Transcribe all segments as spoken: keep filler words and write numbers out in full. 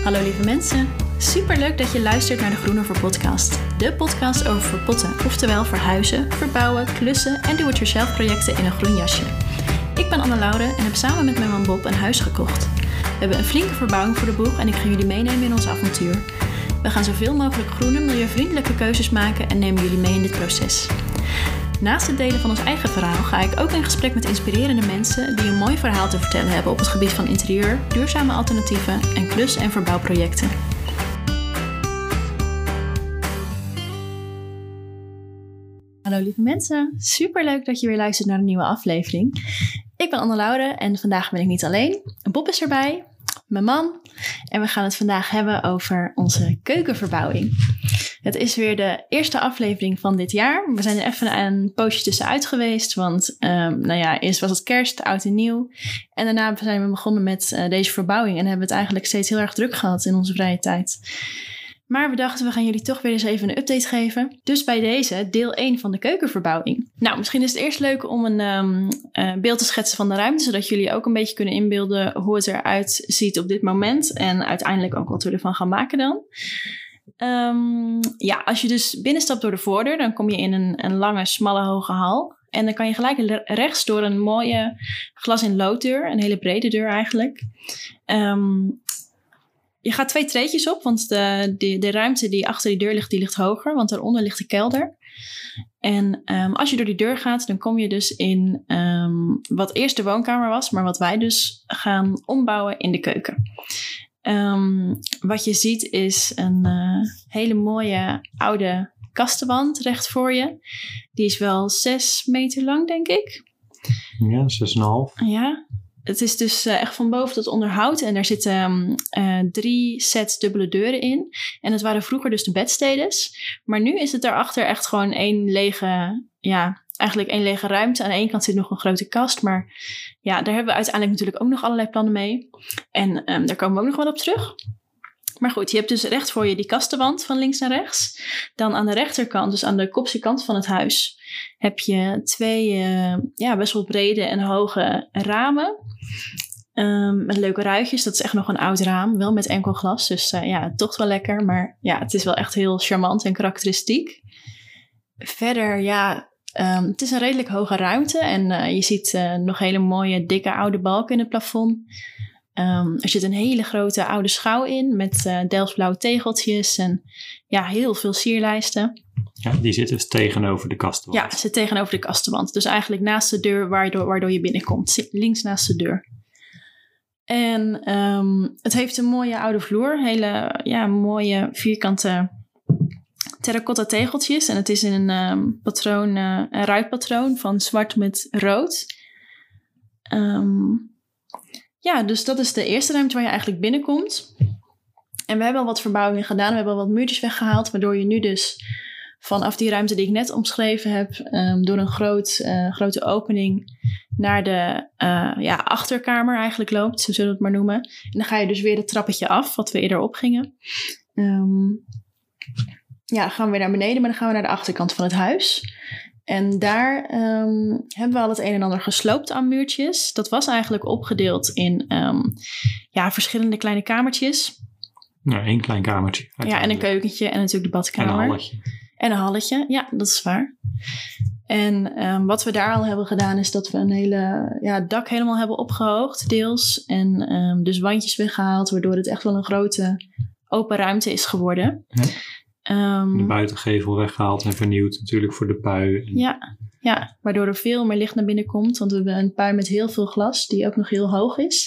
Hallo lieve mensen, superleuk dat je luistert naar de Groenover podcast. De podcast over verpotten, oftewel verhuizen, verbouwen, klussen en do-it-yourself projecten in een groen jasje. Ik ben Anne Laude en heb samen met mijn man Bob een huis gekocht. We hebben een flinke verbouwing voor de boeg en ik ga jullie meenemen in ons avontuur. We gaan zoveel mogelijk groene, milieuvriendelijke keuzes maken en nemen jullie mee in dit proces. Naast het delen van ons eigen verhaal ga ik ook in gesprek met inspirerende mensen die een mooi verhaal te vertellen hebben op het gebied van interieur, duurzame alternatieven en klus- en verbouwprojecten. Hallo lieve mensen, superleuk dat je weer luistert naar een nieuwe aflevering. Ik ben Anne Laude en vandaag ben ik niet alleen. Bob is erbij, mijn man, en we gaan het vandaag hebben over onze keukenverbouwing. Het is weer de eerste aflevering van dit jaar. We zijn er even een poosje tussenuit geweest, want um, nou ja, eerst was het kerst, oud en nieuw. En daarna zijn we begonnen met uh, deze verbouwing en hebben het eigenlijk steeds heel erg druk gehad in onze vrije tijd. Maar we dachten, we gaan jullie toch weer eens even een update geven. Dus bij deze deel één van de keukenverbouwing. Nou, misschien is het eerst leuk om een um, uh, beeld te schetsen van de ruimte, zodat jullie ook een beetje kunnen inbeelden hoe het eruit ziet op dit moment. En uiteindelijk ook wat we ervan gaan maken dan. Um, ja, als je dus binnenstapt door de voordeur, dan kom je in een, een lange, smalle, hoge hal. En dan kan je gelijk rechts door een mooie glas-in-looddeur, een hele brede deur eigenlijk. Um, je gaat twee treetjes op, want de, de, de ruimte die achter die deur ligt, die ligt hoger, want daaronder ligt de kelder. En um, als je door die deur gaat, dan kom je dus in um, wat eerst de woonkamer was, maar wat wij dus gaan ombouwen in de keuken. Um, wat je ziet is een uh, hele mooie oude kastenwand recht voor je. Die is wel zes meter lang, denk ik. Ja, zes en een half. Ja, het is dus uh, echt van boven tot onderhout. En daar zitten um, uh, drie sets dubbele deuren in. En dat waren vroeger dus de bedstedes. Maar nu is het daarachter echt gewoon één lege... ja. Eigenlijk één lege ruimte. Aan de ene kant zit nog een grote kast. Maar ja, daar hebben we uiteindelijk natuurlijk ook nog allerlei plannen mee. En um, daar komen we ook nog wel op terug. Maar goed, je hebt dus recht voor je die kastenwand van links naar rechts. Dan aan de rechterkant, dus aan de kopse kant van het huis, heb je twee uh, ja, best wel brede en hoge ramen. Um, met leuke ruitjes. Dat is echt nog een oud raam. Wel met enkel glas. Dus uh, ja, toch wel lekker. Maar ja, het is wel echt heel charmant en karakteristiek. Verder, ja... Um, het is een redelijk hoge ruimte en uh, je ziet uh, nog hele mooie dikke oude balken in het plafond. Um, er zit een hele grote oude schouw in met uh, Delftsblauwe tegeltjes en ja, heel veel sierlijsten. Ja, die zit dus tegenover de kastenwand. Ja, zit tegenover de kastenwand. Dus eigenlijk naast de deur waardoor, waardoor je binnenkomt. Links naast de deur. En um, het heeft een mooie oude vloer. Hele ja, mooie vierkante... terracotta tegeltjes. En het is in een um, patroon, uh, een ruitpatroon van zwart met rood. Um, ja, dus dat is de eerste ruimte waar je eigenlijk binnenkomt. En we hebben al wat verbouwingen gedaan. We hebben al wat muurtjes weggehaald. Waardoor je nu dus vanaf die ruimte die ik net omschreven heb... Um, door een groot, uh, grote opening naar de uh, ja, achterkamer eigenlijk loopt. Zo zullen we het maar noemen. En dan ga je dus weer het trappetje af, wat we eerder opgingen. Um, Ja, dan gaan we weer naar beneden, maar dan gaan we naar de achterkant van het huis. En daar um, hebben we al het een en ander gesloopt aan muurtjes. Dat was eigenlijk opgedeeld in um, ja, verschillende kleine kamertjes. Ja, één klein kamertje. Ja, en een keukentje en natuurlijk de badkamer. En een halletje. En een halletje, ja, dat is waar. En um, wat we daar al hebben gedaan is dat we een hele ja, dak helemaal hebben opgehoogd, deels. En um, dus wandjes weggehaald, waardoor het echt wel een grote open ruimte is geworden. Ja. Um, de buitengevel weggehaald en vernieuwd natuurlijk voor de pui. Ja, ja, waardoor er veel meer licht naar binnen komt. Want we hebben een pui met heel veel glas, die ook nog heel hoog is.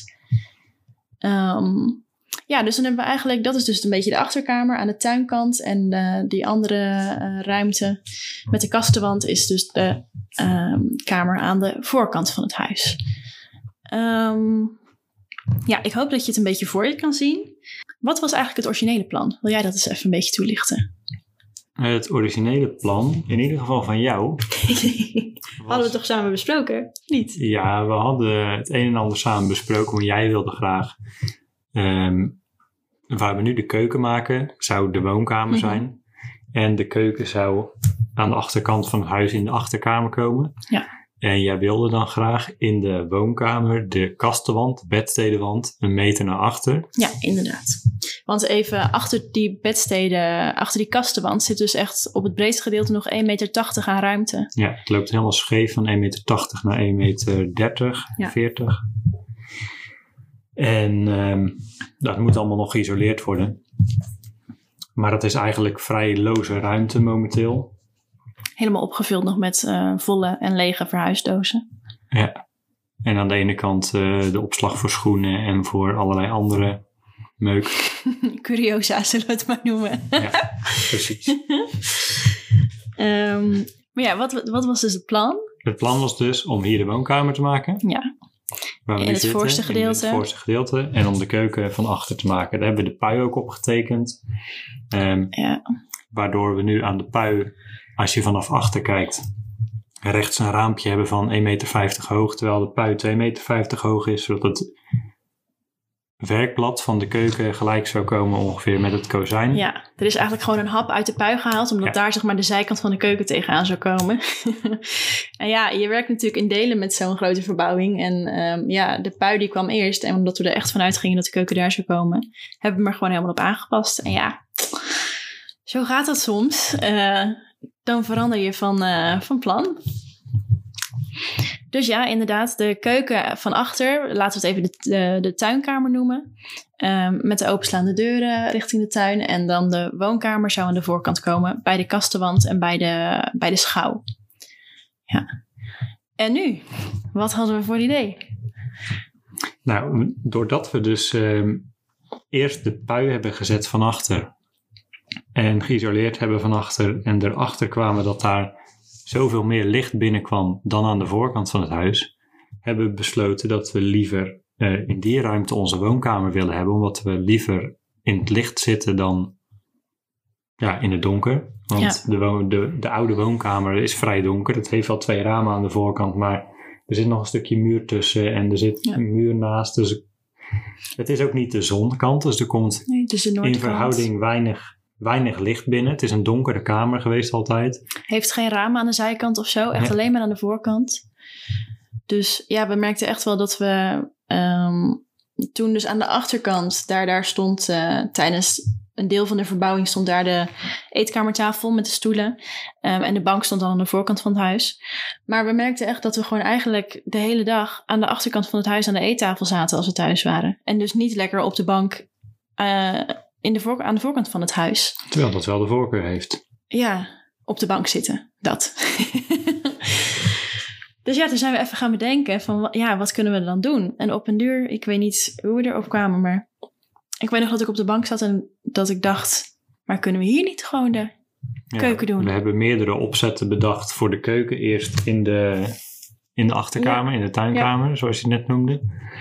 Um, ja, dus dan hebben we eigenlijk... Dat is dus een beetje de achterkamer aan de tuinkant. En uh, die andere uh, ruimte met de kastenwand is dus de um, kamer aan de voorkant van het huis. Um, ja, ik hoop dat je het een beetje voor je kan zien. Wat was eigenlijk het originele plan? Wil jij dat eens even een beetje toelichten? Het originele plan, in ieder geval van jou... was... Hadden we het toch samen besproken? Niet? Ja, we hadden het een en ander samen besproken, maar jij wilde graag... Um, waar we nu de keuken maken, zou de woonkamer mm-hmm. zijn. En de keuken zou aan de achterkant van het huis in de achterkamer komen. Ja. En jij wilde dan graag in de woonkamer de kastenwand, de bedstedenwand, een meter naar achter. Ja, inderdaad. Want even achter die bedsteden, achter die kastenwand... zit dus echt op het breedste gedeelte nog één meter tachtig aan ruimte. Ja, het loopt helemaal scheef van één meter tachtig naar één meter dertig, Ja. veertig. En um, dat moet allemaal nog geïsoleerd worden. Maar dat is eigenlijk vrij loze ruimte momenteel. Helemaal opgevuld nog met uh, volle en lege verhuisdozen. Ja. En aan de ene kant uh, de opslag voor schoenen en voor allerlei andere meuk. Curiosa zullen we het maar noemen. Ja, precies. um, maar ja, wat, wat was dus het plan? Het plan was dus om hier de woonkamer te maken. Ja. Waar we in nu het zitten, voorste gedeelte. In het voorste gedeelte. En om de keuken van achter te maken. Daar hebben we de pui ook op getekend. Um, ja. Waardoor we nu aan de pui, als je vanaf achter kijkt, rechts een raampje hebben van één meter vijftig hoog. Terwijl de pui twee meter vijftig hoog is. Zodat het werkblad van de keuken gelijk zou komen ongeveer met het kozijn. Ja, er is eigenlijk gewoon een hap uit de pui gehaald, omdat ja. daar zeg maar de zijkant van de keuken tegenaan zou komen. En ja, je werkt natuurlijk in delen met zo'n grote verbouwing. En um, ja, de pui die kwam eerst. En omdat we er echt vanuit gingen dat de keuken daar zou komen, hebben we hem er gewoon helemaal op aangepast. En ja, zo gaat dat soms. Uh, dan verander je van, uh, van plan. Dus ja, inderdaad, de keuken van achter, laten we het even de, de, de tuinkamer noemen. Um, met de openslaande deuren richting de tuin. En dan de woonkamer zou aan de voorkant komen, bij de kastenwand en bij de, bij de schouw. Ja. En nu? Wat hadden we voor idee? Nou, doordat we dus um, eerst de pui hebben gezet van achter en geïsoleerd hebben van achter en erachter kwamen dat daar zoveel meer licht binnenkwam dan aan de voorkant van het huis, hebben we besloten dat we liever uh, in die ruimte onze woonkamer willen hebben, omdat we liever in het licht zitten dan ja, in het donker. Want ja. de, wo- de, de oude woonkamer is vrij donker. Het heeft wel twee ramen aan de voorkant, maar er zit nog een stukje muur tussen en er zit ja. een muur naast. Dus het is ook niet de zonkant, dus er komt nee, het is de in verhouding weinig... Weinig licht binnen. Het is een donkere kamer geweest altijd. Heeft geen ramen aan de zijkant of zo. Echt nee. alleen maar aan de voorkant. Dus ja, we merkten echt wel dat we um, toen dus aan de achterkant, daar, daar stond uh, tijdens een deel van de verbouwing stond daar de eetkamertafel met de stoelen. Um, en de bank stond dan aan de voorkant van het huis. Maar we merkten echt dat we gewoon eigenlijk de hele dag aan de achterkant van het huis aan de eettafel zaten als we thuis waren. En dus niet lekker op de bank uh, in de voor- aan de voorkant van het huis. Terwijl dat wel de voorkeur heeft. Ja, op de bank zitten. Dat. Dus ja, toen zijn we even gaan bedenken van, ja, wat kunnen we dan doen? En op een duur, ik weet niet hoe we erop kwamen, maar ik weet nog dat ik op de bank zat en dat ik dacht, maar kunnen we hier niet gewoon de ja, keuken doen? We hebben meerdere opzetten bedacht voor de keuken. Eerst in de, in de achterkamer, ja. in de tuinkamer, ja. zoals je net noemde.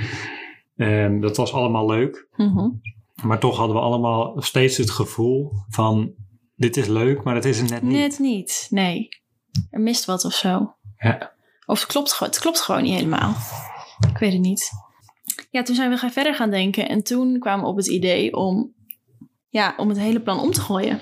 Um, dat was allemaal leuk. Mm-hmm. Maar toch hadden we allemaal steeds het gevoel van, dit is leuk, maar het is het net niet. Net niet, nee. Er mist wat of zo. Ja. Of het klopt, het klopt gewoon niet helemaal. Ik weet het niet. Ja, toen zijn we gaan verder gaan denken. En toen kwamen we op het idee om, ja, om het hele plan om te gooien.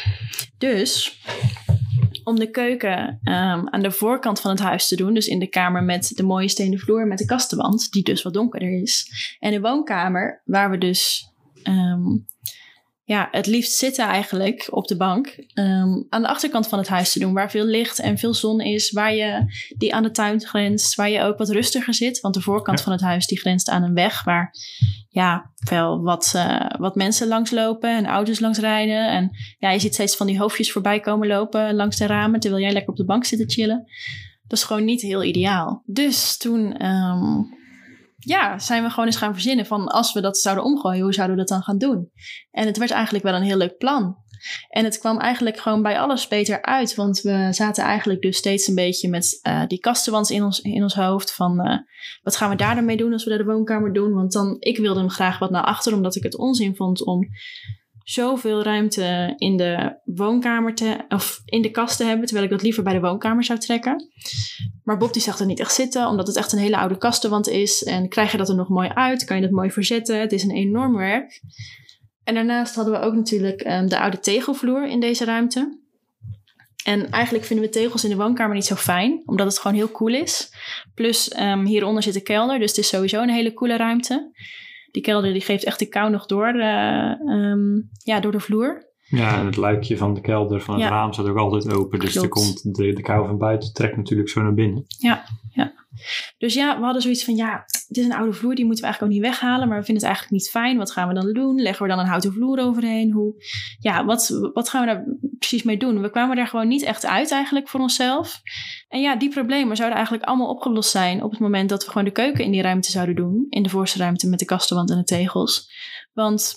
Dus om de keuken um, aan de voorkant van het huis te doen. Dus in de kamer met de mooie stenen vloer met de kastenwand. Die dus wat donkerder is. En de woonkamer waar we dus um, ja, het liefst zitten eigenlijk op de bank. Um, aan de achterkant van het huis te doen. Waar veel licht en veel zon is. Waar je die aan de tuin grenst. Waar je ook wat rustiger zit. Want de voorkant ja. van het huis die grenst aan een weg. Waar ja, wel wat, uh, wat mensen langslopen. En auto's langs rijden. En ja, je ziet steeds van die hoofdjes voorbij komen lopen langs de ramen. Terwijl jij lekker op de bank zit te chillen. Dat is gewoon niet heel ideaal. Dus toen um, ja, zijn we gewoon eens gaan verzinnen van als we dat zouden omgooien, hoe zouden we dat dan gaan doen? En het werd eigenlijk wel een heel leuk plan. En het kwam eigenlijk gewoon bij alles beter uit. Want we zaten eigenlijk dus steeds een beetje met uh, die kastenwand in ons, in ons hoofd. Van uh, wat gaan we daar dan mee doen als we daar de woonkamer doen? Want dan, ik wilde hem graag wat naar achter. Omdat ik het onzin vond om zoveel ruimte in de woonkamer te, of in de kast te hebben. Terwijl ik dat liever bij de woonkamer zou trekken. Maar Bob die zag er niet echt zitten. Omdat het echt een hele oude kastenwand is. En krijg je dat er nog mooi uit? Kan je dat mooi verzetten? Het is een enorm werk. En daarnaast hadden we ook natuurlijk um, de oude tegelvloer in deze ruimte. En eigenlijk vinden we tegels in de woonkamer niet zo fijn. Omdat het gewoon heel koel is. Plus um, hieronder zit de kelder. Dus het is sowieso een hele koele ruimte. die kelder die geeft echt de kou nog door, uh, um, ja, door de vloer. Ja, en het luikje van de kelder van het ja. raam staat ook altijd open. Dus er komt de, de kou van buiten trekt natuurlijk zo naar binnen. Ja, ja. Dus ja, we hadden zoiets van, ja, het is een oude vloer, die moeten we eigenlijk ook niet weghalen. Maar we vinden het eigenlijk niet fijn. Wat gaan we dan doen? Leggen we dan een houten vloer overheen? Hoe, ja, wat, wat gaan we daar precies mee doen? We kwamen daar gewoon niet echt uit eigenlijk voor onszelf. En ja, die problemen zouden eigenlijk allemaal opgelost zijn op het moment dat we gewoon de keuken in die ruimte zouden doen. In de voorste ruimte met de kastenwand en de tegels. Want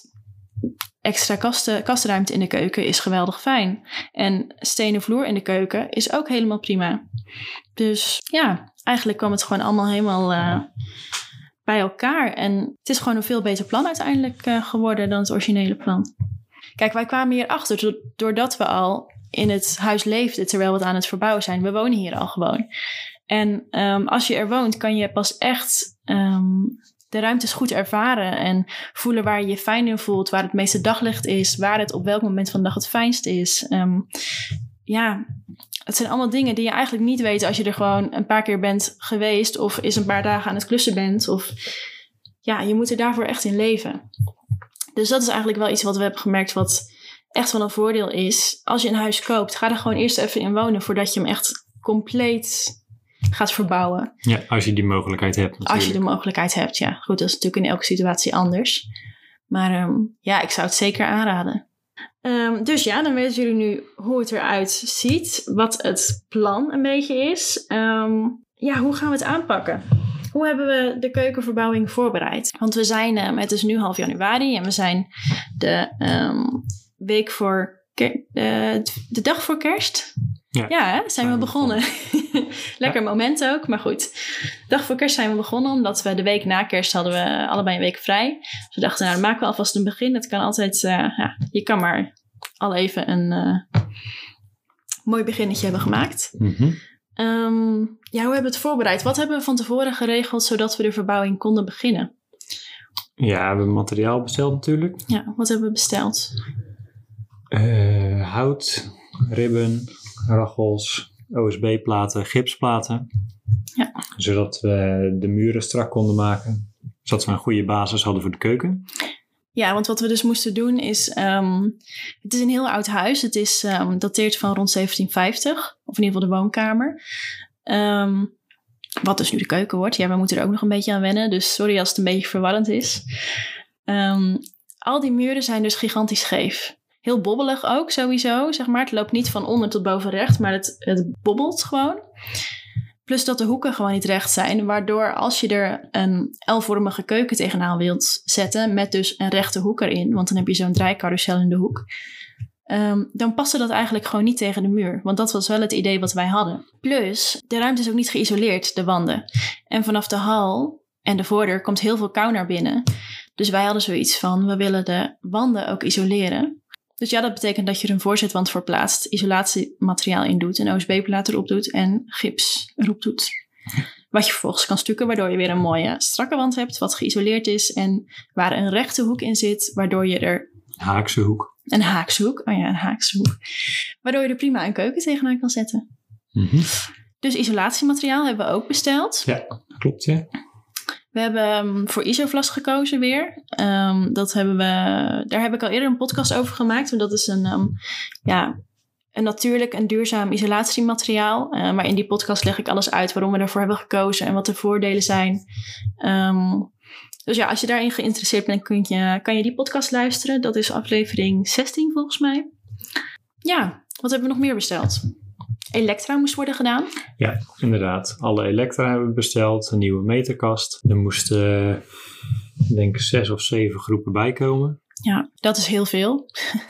extra kasten, kastruimte in de keuken is geweldig fijn. En stenen vloer in de keuken is ook helemaal prima. Dus ja, eigenlijk kwam het gewoon allemaal helemaal uh, bij elkaar. En het is gewoon een veel beter plan uiteindelijk uh, geworden dan het originele plan. Kijk, wij kwamen hier achter doordat we al in het huis leefden terwijl we het aan het verbouwen zijn. We wonen hier al gewoon. En um, als je er woont, kan je pas echt um, de ruimtes goed ervaren en voelen waar je je fijn in voelt, waar het meeste daglicht is, waar het op welk moment van de dag het fijnst is. Um, ja, het zijn allemaal dingen die je eigenlijk niet weet als je er gewoon een paar keer bent geweest of eens een paar dagen aan het klussen bent. Of ja, je moet er daarvoor echt in leven. Dus dat is eigenlijk wel iets wat we hebben gemerkt wat echt wel een voordeel is. Als je een huis koopt, ga er gewoon eerst even in wonen voordat je hem echt compleet gaat verbouwen. Ja, als je die mogelijkheid hebt natuurlijk. Als je de mogelijkheid hebt, ja. Goed, dat is natuurlijk in elke situatie anders. Maar um, ja, ik zou het zeker aanraden. Um, dus ja, dan weten jullie nu hoe het eruit ziet. Wat het plan een beetje is. Um, ja, hoe gaan we het aanpakken? Hoe hebben we de keukenverbouwing voorbereid? Want we zijn, um, het is nu half januari en we zijn de um, week voor, ke- uh, de dag voor kerst. Ja, ja hè? zijn we begonnen. Lekker ja. moment ook, maar goed. Dag voor kerst zijn we begonnen, omdat we de week na kerst hadden we allebei een week vrij. Dus we dachten, nou, dan maken we alvast een begin. Dat kan altijd, uh, ja, je kan maar al even een uh, mooi beginnetje hebben gemaakt. Mm-hmm. Um, ja, hoe hebben we het voorbereid? Wat hebben we van tevoren geregeld, zodat we de verbouwing konden beginnen? Ja, we hebben materiaal besteld natuurlijk. Ja, wat hebben we besteld? Uh, hout, ribben, rachels, O S B-platen, gipsplaten. Ja. Zodat we de muren strak konden maken. Zodat we een goede basis hadden voor de keuken. Ja, want wat we dus moesten doen is... Um, het is een heel oud huis. Het is um, dateert van rond zeventien vijftig. Of in ieder geval de woonkamer. Um, wat dus nu de keuken wordt. Ja, we moeten er ook nog een beetje aan wennen. Dus sorry als het een beetje verwarrend is. Um, al die muren zijn dus gigantisch scheef. Heel bobbelig ook sowieso, zeg maar. Het loopt niet van onder tot boven recht, maar het, het bobbelt gewoon. Plus dat de hoeken gewoon niet recht zijn, waardoor als je er een L-vormige keuken tegenaan wilt zetten, met dus een rechte hoek erin, want dan heb je zo'n draaicarousel in de hoek, um, dan paste dat eigenlijk gewoon niet tegen de muur. Want dat was wel het idee wat wij hadden. Plus, de ruimte is ook niet geïsoleerd, de wanden. En vanaf de hal en de voordeur komt heel veel kou naar binnen. Dus wij hadden zoiets van, we willen de wanden ook isoleren. Dus ja, dat betekent dat je er een voorzetwand voor plaatst, isolatiemateriaal in doet, een O S B-plaat erop doet en gips erop doet. Wat je vervolgens kan stukken, waardoor je weer een mooie strakke wand hebt, wat geïsoleerd is en waar een rechte hoek in zit, waardoor je er... Haakse hoek. Een haakse hoek, oh ja, een haakse hoek. Waardoor je er prima een keuken tegenaan kan zetten. Mm-hmm. Dus isolatiemateriaal hebben we ook besteld. Ja, klopt, ja. We hebben um, voor Isoflast gekozen weer. Um, dat hebben we, daar heb ik al eerder een podcast over gemaakt. Want dat is een, um, ja, een natuurlijk en duurzaam isolatiemateriaal. Uh, maar in die podcast leg ik alles uit waarom we daarvoor hebben gekozen en wat de voordelen zijn. Um, dus ja, als je daarin geïnteresseerd bent, kun je, kan je die podcast luisteren. Dat is aflevering zestien volgens mij. Ja, wat hebben we nog meer besteld? Elektra moest worden gedaan. Ja, inderdaad. Alle elektra hebben we besteld. Een nieuwe meterkast. Er moesten, denk ik, zes of zeven groepen bij komen. Ja, dat is heel veel.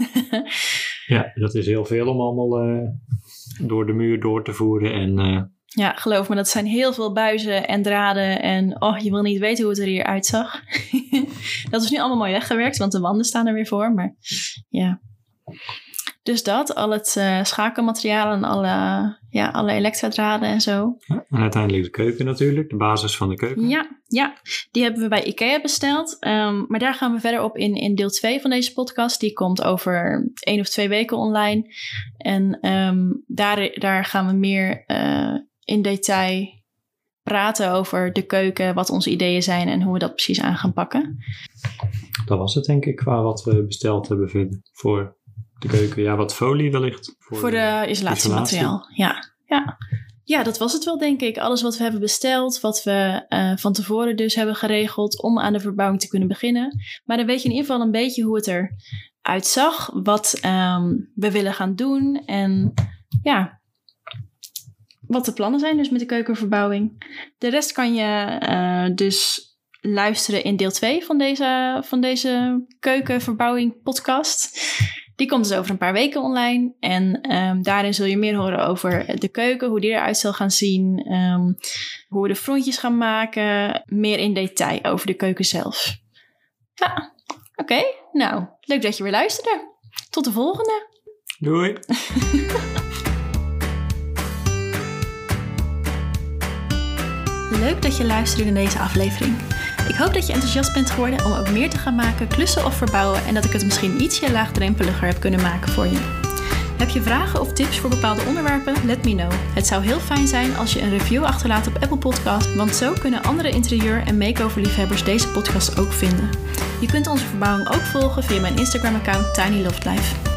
Ja, dat is heel veel om allemaal uh, door de muur door te voeren. En, uh, ja, geloof me, dat zijn heel veel buizen en draden. En oh, je wil niet weten hoe het er hier uitzag. Dat is nu allemaal mooi weggewerkt, want de wanden staan er weer voor. Maar ja... Dus dat, al het uh, schakelmateriaal en alle, ja, alle elektradraden en zo. Ja, en uiteindelijk de keuken natuurlijk, de basis van de keuken. Ja, ja. Die hebben we bij IKEA besteld. Um, maar daar gaan we verder op in, in deel twee van deze podcast. Die komt over één of twee weken online. En um, daar, daar gaan we meer uh, in detail praten over de keuken, wat onze ideeën zijn en hoe we dat precies aan gaan pakken. dat was het denk ik qua wat we besteld hebben verder voor de keuken. Ja, wat folie wellicht. Voor, voor de isolatiemateriaal, ja. ja. Ja, dat was het wel denk ik. Alles wat we hebben besteld, wat we uh, van tevoren dus hebben geregeld om aan de verbouwing te kunnen beginnen. Maar dan weet je in ieder geval een beetje hoe het eruit zag, wat um, we willen gaan doen en ja, wat de plannen zijn dus met de keukenverbouwing. De rest kan je uh, dus luisteren in deel twee van deze, van deze keukenverbouwing podcast. Die komt dus over een paar weken online. En um, daarin zul je meer horen over de keuken, hoe die eruit zal gaan zien. Um, hoe we de frontjes gaan maken. Meer in detail over de keuken zelf. Ja, oké. Okay. Nou, leuk dat je weer luisterde. Tot de volgende. Doei. Leuk dat je luisterde naar deze aflevering. Ik hoop dat je enthousiast bent geworden om ook meer te gaan maken, klussen of verbouwen en dat ik het misschien ietsje laagdrempeliger heb kunnen maken voor je. Heb je vragen of tips voor bepaalde onderwerpen? Let me know. Het zou heel fijn zijn als je een review achterlaat op Apple Podcast, want zo kunnen andere interieur- en makeover-liefhebbers deze podcast ook vinden. Je kunt onze verbouwing ook volgen via mijn Instagram-account Tiny Loft Life.